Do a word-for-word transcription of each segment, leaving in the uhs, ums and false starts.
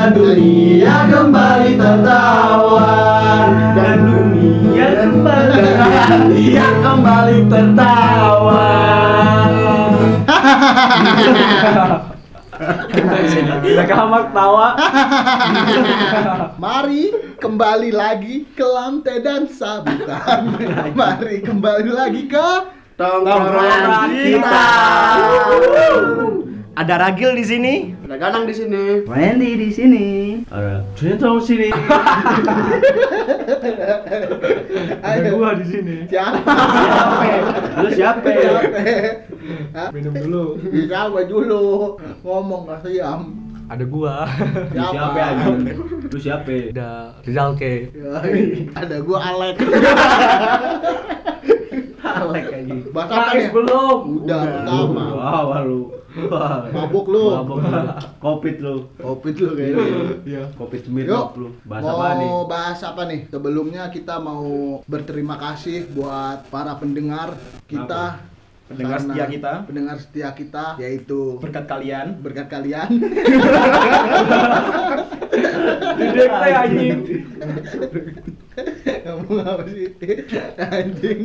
dunia kembali tertawa, dan dunia kembali dunia kembali tertawa. Kita kamar tawa. Mari kembali lagi ke lantai dansa, bukan? Mari kembali lagi ke Tongkrongan kita. Ada Ragil di sini, Ada Ganang di sini. Wendy di sini, ada Cinta di sini, ada gua di sini. siapa? Lu siapa? Hah? Minum dulu. Siapa dulu? Ngomong nggak siam. Ada gua. Siapa aja? Lu siapa? Ada Rizal ke. Ya, ada gua Alek. Alek aja. Bahasa apa ya? belum. Udah pertama. Wah, lu. Wah. Mabuk lu. Mabuk lu. Kopit lu. Covid lu kayaknya. Iya. Kopit Yuk, Smirnoff lu. Bahas mau apa nih? bahas apa nih? Sebelumnya kita mau berterima kasih buat para pendengar kita. Pendengar Karena setia kita. Pendengar setia kita, yaitu Berkat kalian. berkat kalian. Dedek teh anjing. Ngomong apa sih? Anjing.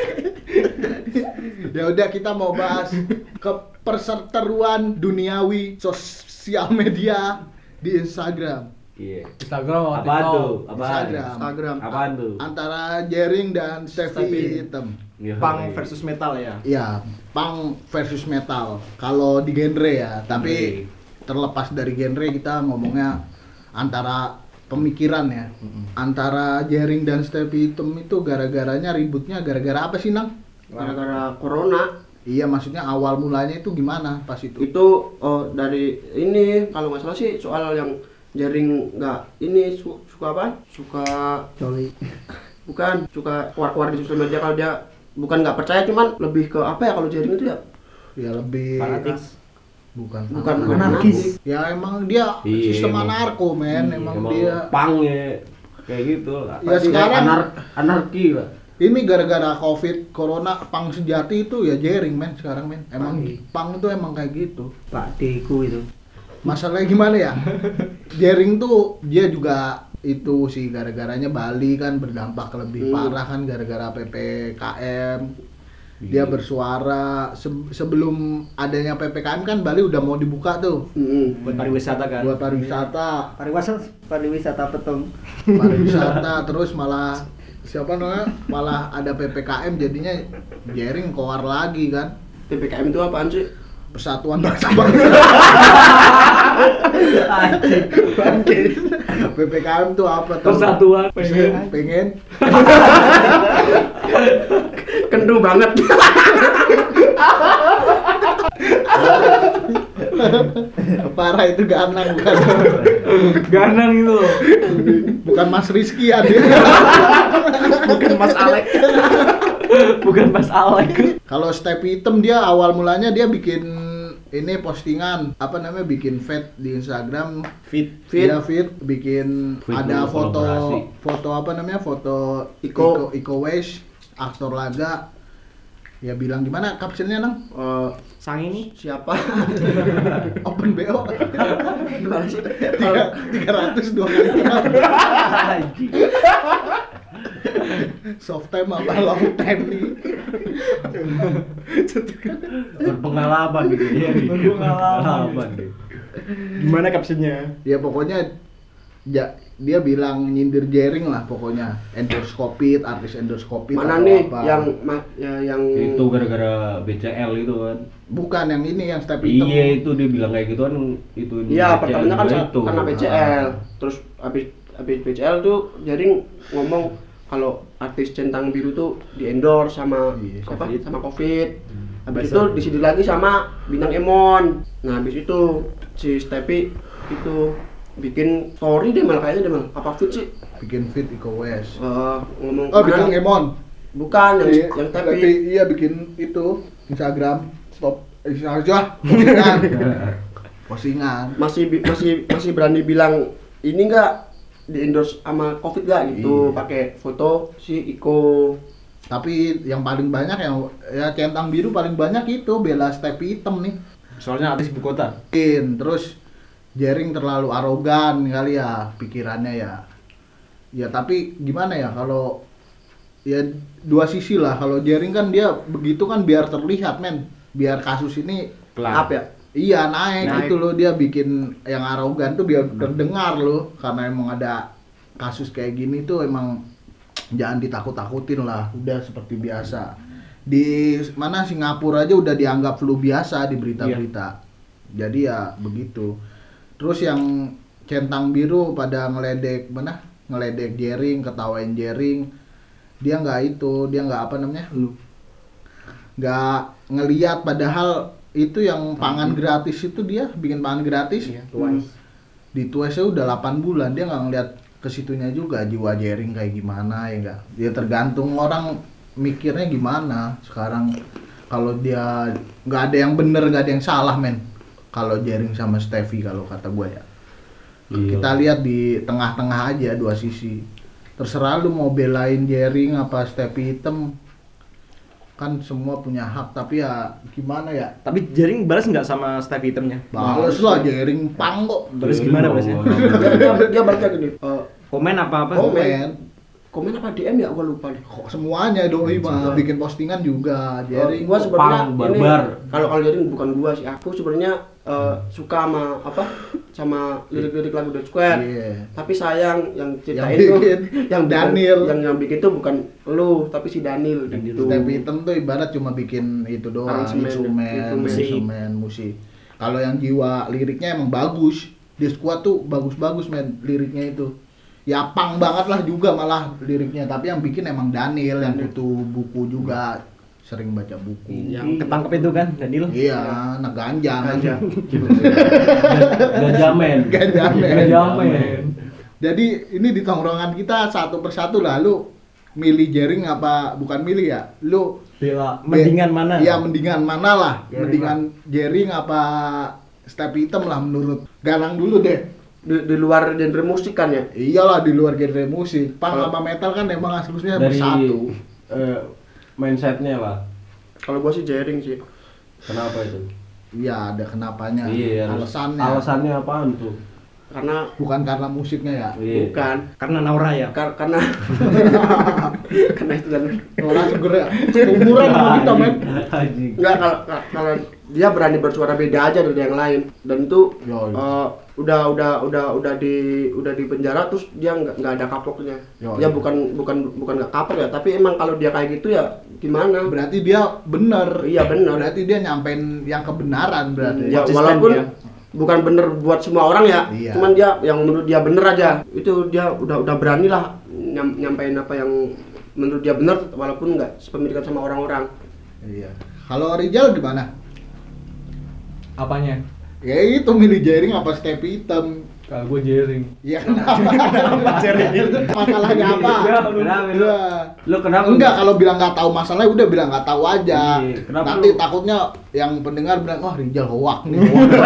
Ya udah, kita mau bahas ke perseteruan duniawi sosial media di Instagram. Iya. Instagram atau Apaan TikTok? tuh? Apaan? Instagram. Instagram. Apaan tuh? Antara Jering dan Steffi Steffi. Hitam. Iya, Punk iya. versus metal ya. Iya, punk versus metal. Kalau di genre ya, tapi terlepas dari genre kita ngomongnya antara pemikiran ya. Antara Jering dan Steffi Hitam itu gara-garanya ributnya gara-gara apa sih, Nang? Gara-gara corona Iya, maksudnya awal mulanya itu gimana pas itu? itu oh, dari ini kalau nggak salah sih soal yang Jaring nggak ini su- suka apa? Suka Coli. bukan suka keluar-keluar di sosial media kalau dia bukan nggak percaya cuman lebih ke apa ya kalau Jaring itu ya Ya lebih Fanatik. bukan bukan bukan Anarkis. anarkis. Ya emang dia Iya, sistem emang. anarko, men. Emang, Emang dia pang ya. Kayak gitu. Ya, sekarang- anar- anarki lah. ini gara-gara Covid, corona, pang sejati itu ya Jering, men, sekarang, men. Emang Pang. pang itu emang kayak gitu. Pak Tiku itu. Masalahnya gimana ya? Jering tuh dia juga itu sih gara-garanya Bali kan berdampak lebih Hmm. parah kan gara-gara P P K M. Dia Iya. bersuara se- sebelum adanya P P K M kan Bali udah mau dibuka tuh Mm-mm. Buat pariwisata kan. buat pariwisata, pariwisata pariwisata petong. pariwisata terus malah siapa namanya? Malah ada P P K M jadinya Jering keluar lagi kan. P P K M itu apaan sih? Persatuan Bangsa-Bangsa. Bangke. P P K M tuh apa tuh? Persatuan. Pengen, pengen. Kendu banget. Parah itu Ganang bukan. Ganang itu. Bukan Mas Rizky ada. Bukan Mas Alek. Bukan Mas Alek. Kalau Steffi Hitam dia awal mulanya dia bikin ini postingan apa namanya bikin feed di Instagram, Fit. Feed. dia feed bikin Feed ada dulu, foto kolaborasi. foto apa namanya foto Iko. Iko, Iko Uwais, aktor laga. Ya bilang gimana captionnya, Nang? Eh, Sang ini siapa? Open B O Gimana sih? tiga ratus dua kali terang. Soft time apa long time nih? berpengalaman gitu ya. Berpengalaman nih. Gimana captionnya? Ya pokoknya ya, dia bilang nyindir Jering lah pokoknya, endorse Covid, artis endorse Covid Mana atau nih apa. yang ma- ya, yang Itu gara-gara B C L itu kan. Bukan yang ini yang Steffi Hitam. Iya, itu dia bilang kayak gitu kan, itu Iya, B C L pertamanya kan juga sa- karena B C L. Ah. Terus habis habis B C L tuh Jaring ngomong kalau artis centang biru tuh di endorse sama Iya, siapa? Covid. Sama Covid. Habis Buzzer. itu disindir lagi sama bintang Emon. Nah, habis itu si Steffi itu bikin story deh malah kayaknya deh malah apa fit sih? Bikin fit Iko Uwais. Eh, ngomong Oh, mana bintang nih? Emon. Bukan yang Iya, yang tapi Steffi. iya bikin itu Instagram stop Instagram aja postingan. Postingan. Masih bi- masih masih berani bilang ini enggak di endorse sama Covid gak gitu, Iya. pakai foto si Iko. Tapi yang paling banyak yang ya centang biru paling banyak itu bela Steffi Hitam nih. Soalnya artis ibu kota. Bikin terus Jering terlalu arogan kali ya pikirannya ya. Ya tapi gimana ya kalau ya dua sisi lah. Kalau Jering kan dia begitu kan biar terlihat men, biar kasus ini Up ya. iya naik, Naik. gitu loh, dia bikin yang arogan tuh biar terdengar loh, karena emang ada kasus kayak gini tuh emang jangan ditakut-takutin lah, udah seperti biasa. Di mana Singapura aja udah dianggap flu biasa di berita-berita. Jadi ya begitu. Terus yang centang biru pada ngeledek mana? Ngeledek Jering, ketawain Jering. Dia nggak itu, dia nggak apa namanya? Nggak ngeliat padahal itu yang pangan gratis itu dia bikin pangan gratis. Iya, Twice. Di Twice udah delapan bulan dia nggak ngeliat ke situnya juga jiwa Jering kayak gimana ya enggak. Dia tergantung orang mikirnya gimana sekarang. Kalau dia nggak ada yang bener nggak ada yang salah men. Kalau Jering sama Steffi kalau kata gue ya. Iya. Kita lihat di tengah-tengah aja dua sisi. Terserah lu mau belain Jering apa Steffi hitam, kan semua punya hak, tapi ya gimana ya, Tapi Jering balas nggak sama Steffi hitamnya? balas lah Jering pang kok. Balas gimana balasnya? Dia dia, dia baca gini. eh, Komen apa-apa? Oh, Komen komen apa D M ya? Gua lupa deh. kok semuanya doi mah bikin postingan juga Jering. gua sebenarnya pang, ini barbar. kalau kalau jadi bukan gua sih, aku sebenarnya eh, suka sama apa sama lirik-lirik lagu The Square. Iya. Tapi sayang yang ceritain Yang tuh bikin yang bukan- Daniel. yang yang bikin tuh bukan lu tapi si Daniel gitu. Steffi hitam tuh ibarat cuma bikin itu doang, Aransemen, instrumen, musik. instrumen, musik. Kalau yang jiwa liriknya emang bagus. Di Squad tuh bagus-bagus men liriknya itu. Ya pang banget lah juga malah liriknya, tapi yang bikin emang Daniel yang kutu buku juga, sering baca buku. Yang ketangkep itu kan, Daniel? Iya, anak ganja kan. Ganja. Ganja men. Ganja men. Ganja men. Jadi ini di tongkrongan kita satu persatu lah, lu milih Jering apa bukan milih ya? Lu Bela. Mendingan mana? Iya, mendingan mana lah? Jering mendingan Jering apa Steffi hitam lah menurut Ganang dulu deh. Di, di luar genre musik kan ya. Iyalah di luar genre musik. Punk Kalau- sama metal kan emang aslusnya Dari bersatu. eh, mindsetnya lah. Kalau gua sih Jering sih. Kenapa itu? Iya, ada kenapanya. Iya, harus- Alasannya. Alasannya apaan tuh? Karena Bukan karena musiknya ya. Iya. bukan Karena Naura ya? Kar- karena karena itu kan Orang seger ya. Umuran sama kita men. Anjing. enggak kalau kalau dia berani bersuara beda aja dari yang lain dan itu Yo, yo. eh, udah udah udah udah di udah di penjara terus dia nggak nggak ada kapoknya. Yo, Dia yo. bukan bukan bukan nggak kapok ya, tapi emang kalau dia kayak gitu ya gimana? Berarti dia bener. Iya, bener. Berarti dia nyampein yang kebenaran berarti. Ya Konsisten walaupun dia. bukan bener buat semua orang ya, Iya. cuman dia yang menurut dia bener aja. Itu dia udah udah berani lah nyam, nyampein apa yang menurut dia bener walaupun nggak sepemilikan sama orang-orang. Iya. Kalau Rizal gimana? Apanya? Ya itu milih Jering apa Steffi hitam. Kalau gue Jering. Iya kenapa? Masalahnya apa? Ya, Kenapa lu? Iya. Lu kenapa? Enggak, kalau bilang nggak tahu masalahnya udah bilang nggak tahu aja. Iya, kenapa Nanti lu? takutnya yang pendengar bilang wah Rizal hoak nih.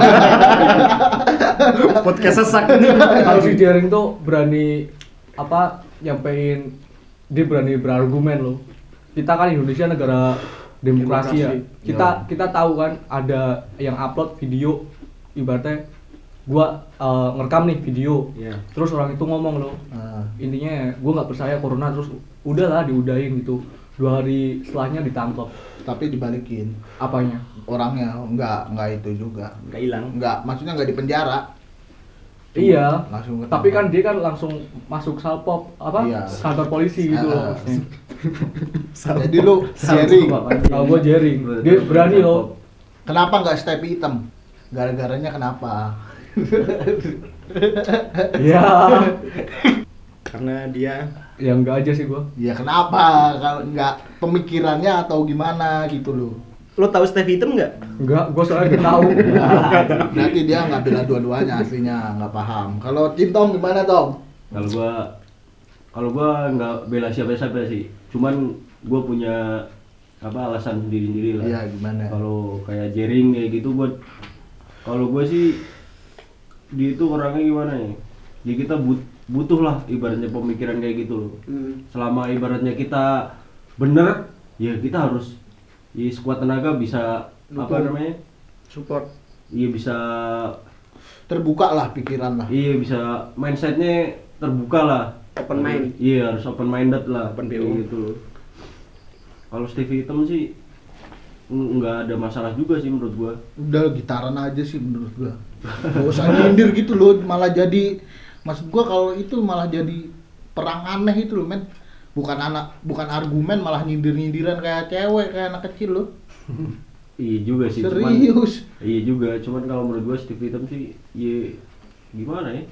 Podcast sesak. Kalau si Jering tuh berani apa nyampein, dia berani berargumen loh. Kita kan Indonesia negara demokrasi, ya. Demokrasi. Kita kita tahu kan ada yang upload video ibaratnya gua eh, ngerekam nih video. Iya. Terus orang itu ngomong loh. Nah, Intinya gua nggak percaya corona, terus udahlah diudahin gitu. Dua hari setelahnya ditangkap. tapi dibalikin Apanya? orangnya enggak enggak itu juga. Nggak hilang. Enggak, maksudnya enggak di penjara. Iya. Langsung ketangkap. Tapi kan dia kan langsung masuk salpop apa? Iya. Kantor polisi gitu loh. Ah. maksudnya. Jadi lu Jering, Kalau gua Jering, dia berani loh. kenapa enggak Steffi hitam? Gara-garanya kenapa? Iya. Karena dia Ya enggak aja sih gua. Ya kenapa? Kalau enggak pemikirannya atau gimana gitu loh. lo tahu Steffi hitam nggak? Enggak, gua soalnya enggak tahu. Nah, berarti dia nggak bela dua-duanya aslinya, nggak paham. Kalau Cintong gimana Tong? Kalau gua kalau gua nggak bela siapa-siapa sih. Cuman gua punya apa alasan sendiri-sendiri lah. Iya gimana? Kalau kayak Jering kayak gitu gua kalau gua sih dia itu orangnya gimana ya? Jadi kita but, butuh lah ibaratnya pemikiran kayak gitu loh. Hmm. Selama ibaratnya kita bener, ya kita harus ya sekuat tenaga bisa apa Dukung. namanya? Support. Iya bisa terbuka lah pikiran lah. Iya bisa mindsetnya terbuka lah. Open mind. Iya harus open minded lah. Open kayak B O. gitu loh. Kalau Stevie Hitam sih n- nggak ada masalah juga sih menurut gua. Udah gitaran aja sih menurut gua. Gak usah nyindir gitu loh, malah jadi maksud gua kalau itu malah jadi perang aneh itu loh men. Bukan anak bukan argumen malah nyindir-nyindiran kayak cewek kayak anak kecil loh. Iya juga sih. Serius. Cuman, iya juga. Cuman kalau menurut gua Stevie Hitam sih, ya gimana ya?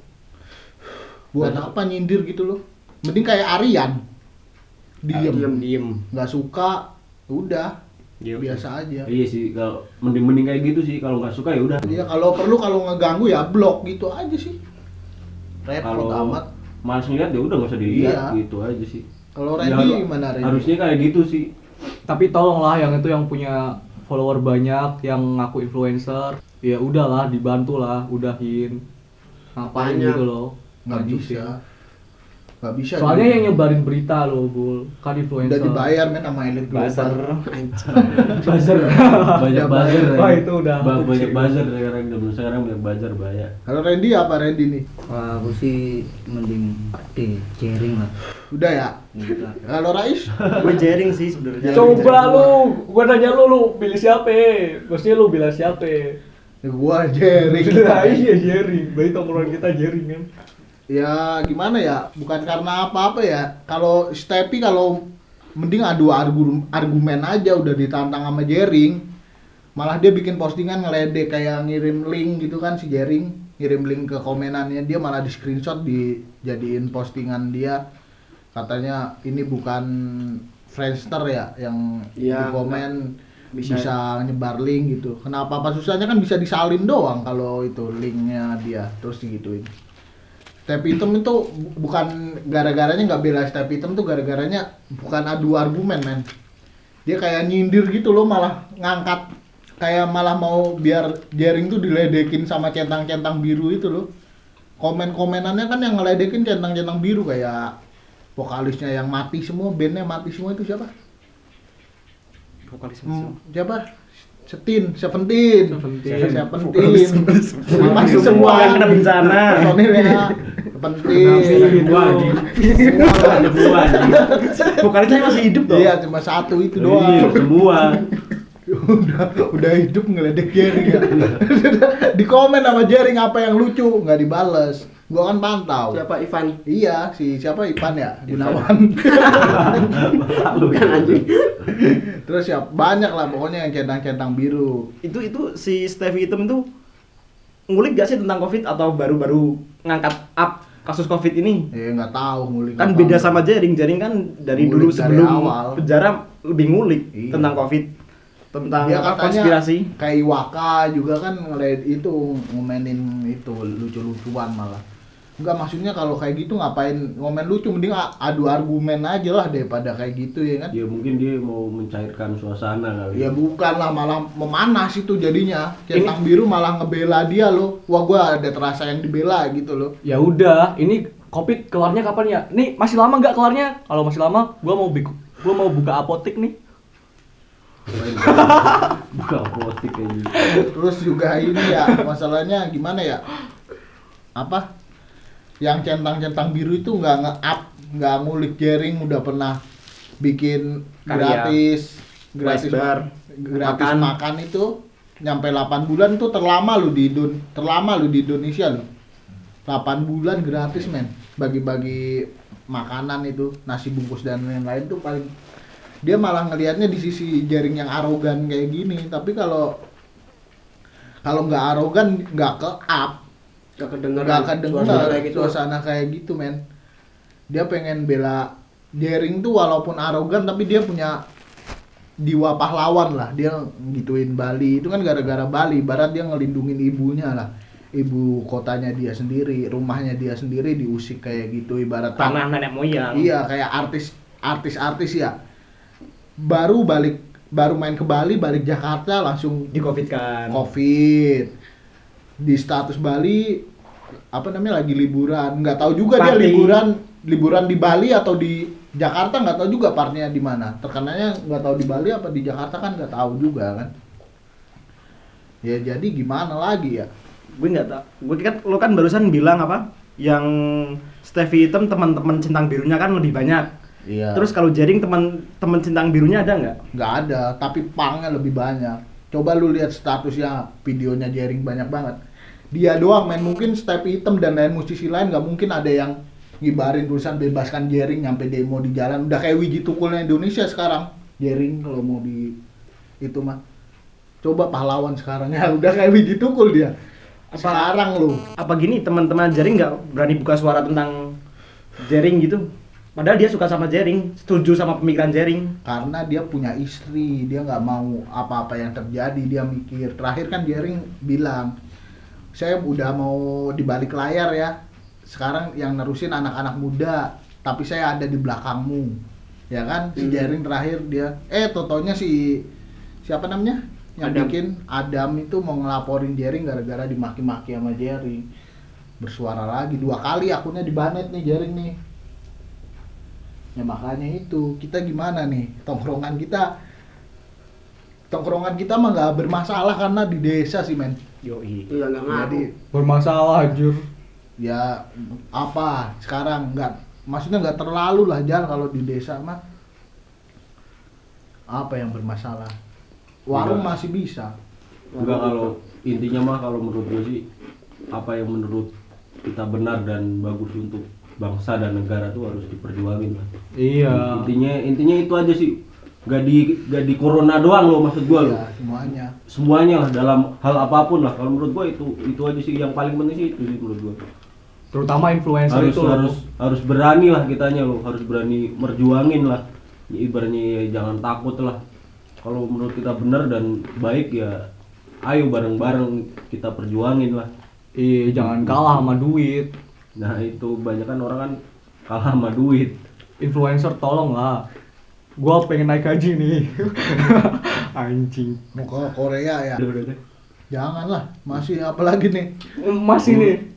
Buat Nah, apa nyindir gitu loh? Mending kayak Aryan. Diem. Diem. Diem. Nggak suka, udah. Diem. Biasa aja. Iya sih. Kalau mending-mending kayak gitu sih. Kalau nggak suka ya udah. Iya, kalau perlu kalau ngeganggu ya blok gitu aja sih. Repot Kalau amat. malas ngeliat ya udah nggak usah dilihat Iya. gitu aja sih. Kalau Ya, Randy gimana Randy? harusnya kayak gitu sih. Tapi tolonglah yang itu yang punya follower banyak, yang ngaku influencer, ya udahlah dibantulah, udahin. Ngapain Banyak. gitu loh. Nggak Lanjutin. bisa. Nggak bisa. Soalnya juga. yang nyebarin berita loh, Bul. Kan influencer. udah dibayar men sama elit Buzzer. global. Buzzer. Banyak buzzer. Wah, ya. itu udah. Ba- banyak buzzer sekarang. Zaman sekarang banyak buzzer bahaya. Kalau Randy apa Randy nih? Wah, aku sih mending di jaring lah. Udah ya. Udah. Kalau Rais? Gue jaring sih sebenarnya. Coba lu, gua nanya lu, lu pilih siapa? Maksudnya lu bilang siapa? Ya gua jaring. Nah, iya Jerry. Bayi tongkrongan kita Jerry kan. Ya gimana ya? Bukan karena apa-apa ya. Kalau Stepi kalau mending adu argu- argumen aja udah ditantang sama Jering. Malah dia bikin postingan ngeledek kayak ngirim link gitu kan si Jering, ngirim link ke komenannya dia malah di screenshot dijadiin postingan dia. Katanya ini bukan Friendster ya yang Iya, di komen bisa, bisa. nyebar link gitu. Kenapa apa susahnya kan bisa disalin doang kalau itu linknya dia terus digituin. Step Hitam itu bu- bukan gara-garanya nggak bela Step Hitam tuh gara-garanya bukan adu argumen men. Dia kayak nyindir gitu loh malah ngangkat kayak malah mau biar Jering tuh diledekin sama centang-centang biru itu loh. Komen-komenannya kan yang ngeledekin centang-centang biru kayak vokalisnya yang mati semua, bandnya mati semua itu siapa? Vokalis Hmm, siapa? Setin, Seventeen, Seventeen. Seventeen, masih semua yang kena bencana. personilnya, Seventeen, Semua anjing. Semua ada semua anjing. Vokalisnya masih hidup dong. iya cuma satu itu Iya, doang. semua. udah udah hidup ngeledek Jering ya. Di komen sama Jering apa yang lucu nggak dibales. Gua kan pantau. Siapa Ivan? Iya, si siapa Ipan ya? Gunawan. Bukan anjing. Terus ya banyak lah pokoknya yang centang-centang biru. Itu itu si Stevie Hitam itu ngulik gak sih tentang Covid atau baru-baru ngangkat up kasus Covid ini? Ya nggak tahu ngulik Kan apa. beda sama Jaring. Jaring kan dari Ngulik dulu dari sebelum awal. penjara lebih ngulik Iya. tentang Covid, tentang Dia apa, katanya konspirasi. kayak Iwaka juga kan ngeliat itu ngomenin itu lucu-lucuan malah. Enggak maksudnya kalau kayak gitu ngapain ngomen lucu, mending a- adu argumen aja lah daripada kayak gitu ya kan. Ya mungkin dia mau mencairkan suasana kali. Ya bukan lah, malah memanas itu jadinya. Centang biru malah ngebela dia loh. Wah gua ada terasa yang dibela gitu loh. Ya udah, ini Covid kelarnya kapan ya? Nih masih lama nggak kelarnya? Kalau masih lama, gua mau biku, gua mau buka apotek nih. Buka apotik kayak gitu. Terus juga ini ya masalahnya gimana ya? Apa? Yang centang-centang biru itu nggak nge-up, nggak ngulik Jering, udah pernah bikin Karya. gratis gratis Rice bar, gratis makan. makan. Itu nyampe delapan bulan tuh terlama lu di Indon terlama lu di Indonesia lu. delapan bulan gratis men, bagi-bagi makanan itu, nasi bungkus dan lain-lain tuh paling dia malah ngelihatnya di sisi Jering yang arogan kayak gini. Tapi kalau kalau nggak arogan nggak ke up, Gak kedengeran. nggak akan suasana dengar kayak gitu. suasana kayak gitu men. Dia pengen bela Jering tuh walaupun arogan tapi dia punya jiwa pahlawan lah. Dia gituin Bali itu kan gara-gara Bali, barat dia ngelindungin ibunya lah, ibu kotanya dia sendiri, rumahnya dia sendiri diusik kayak gitu ibarat Tanah nenek moyang. iya kayak artis artis-artis ya baru balik baru main ke Bali, balik Jakarta langsung Di Covid kan. Covid. Di status Bali apa namanya lagi liburan, nggak tahu juga dia Party. liburan liburan di Bali atau di Jakarta, nggak tahu juga partnya di mana. Terkenanya nggak tahu di Bali apa di Jakarta kan nggak tahu juga kan. Ya jadi gimana lagi ya? gue nggak tak gue kan lo kan barusan bilang apa yang Steffi hitam teman-teman centang birunya kan lebih banyak. Iya. Terus kalau Jering teman-teman centang birunya ada nggak? Nggak ada, tapi pangnya lebih banyak. Coba lu lihat statusnya, videonya Jering banyak banget. Dia doang main, mungkin Steffi hitam dan lain musisi lain nggak mungkin ada yang ngibarin tulisan bebaskan Jering nyampe demo di jalan. Udah kayak Wiji Tukulnya Indonesia sekarang. Jering kalau mau di itu mah. Coba pahlawan sekarang ya, udah kayak Wiji Tukul dia. Apa- Sekarang lu. Apa gini teman-teman Jering nggak berani buka suara tentang Jering gitu? Padahal dia suka sama Jering, setuju sama pemikiran Jering. Karena dia punya istri, dia nggak mau apa-apa yang terjadi, dia mikir. Terakhir kan Jering bilang, saya udah mau di balik layar ya, sekarang yang nerusin anak-anak muda, tapi saya ada di belakangmu, ya kan? Si Hmm. Jering terakhir dia, eh totonya si siapa namanya, yang Adam. bikin Adam itu mau ngelaporin Jering gara-gara dimaki-maki sama Jering, bersuara lagi dua kali akunnya dibanet nih Jering nih. Ya makanya itu, kita gimana nih, tongkrongan kita tongkrongan kita mah nggak bermasalah karena di desa sih men. Yoi. Iya nggak ngaku. Jadi Bermasalah anjir. ya apa sekarang nggak, maksudnya nggak terlalu lah Jal, kalau di desa mah apa yang bermasalah, warung Enggak. masih bisa. Enggak, kalau intinya mah kalau menurut gue sih apa yang menurut kita benar dan bagus untuk bangsa dan negara tuh harus diperjuangin lah. Iya. Intinya intinya itu aja sih. Gak di gak di corona doang loh maksud gua loh. Ya, semuanya. Semuanya lah dalam hal apapun lah. Kalau menurut gua itu itu aja sih yang paling penting sih itu sih menurut gua. Terutama influencer Harus itu loh. harus harus berani lah kitanya loh, harus berani merjuangin lah. Ya, ibaratnya ya jangan takut lah. Kalau menurut kita benar dan baik ya ayo bareng-bareng kita perjuangin lah. Iya, jangan kalah sama duit. Nah itu banyak kan orang kan kalah sama duit. Influencer tolong lah. Gua pengen naik haji nih. Anjing. Mau ke Korea ya, Udah, udah, udah. janganlah, masih apa lagi nih. Masih nih.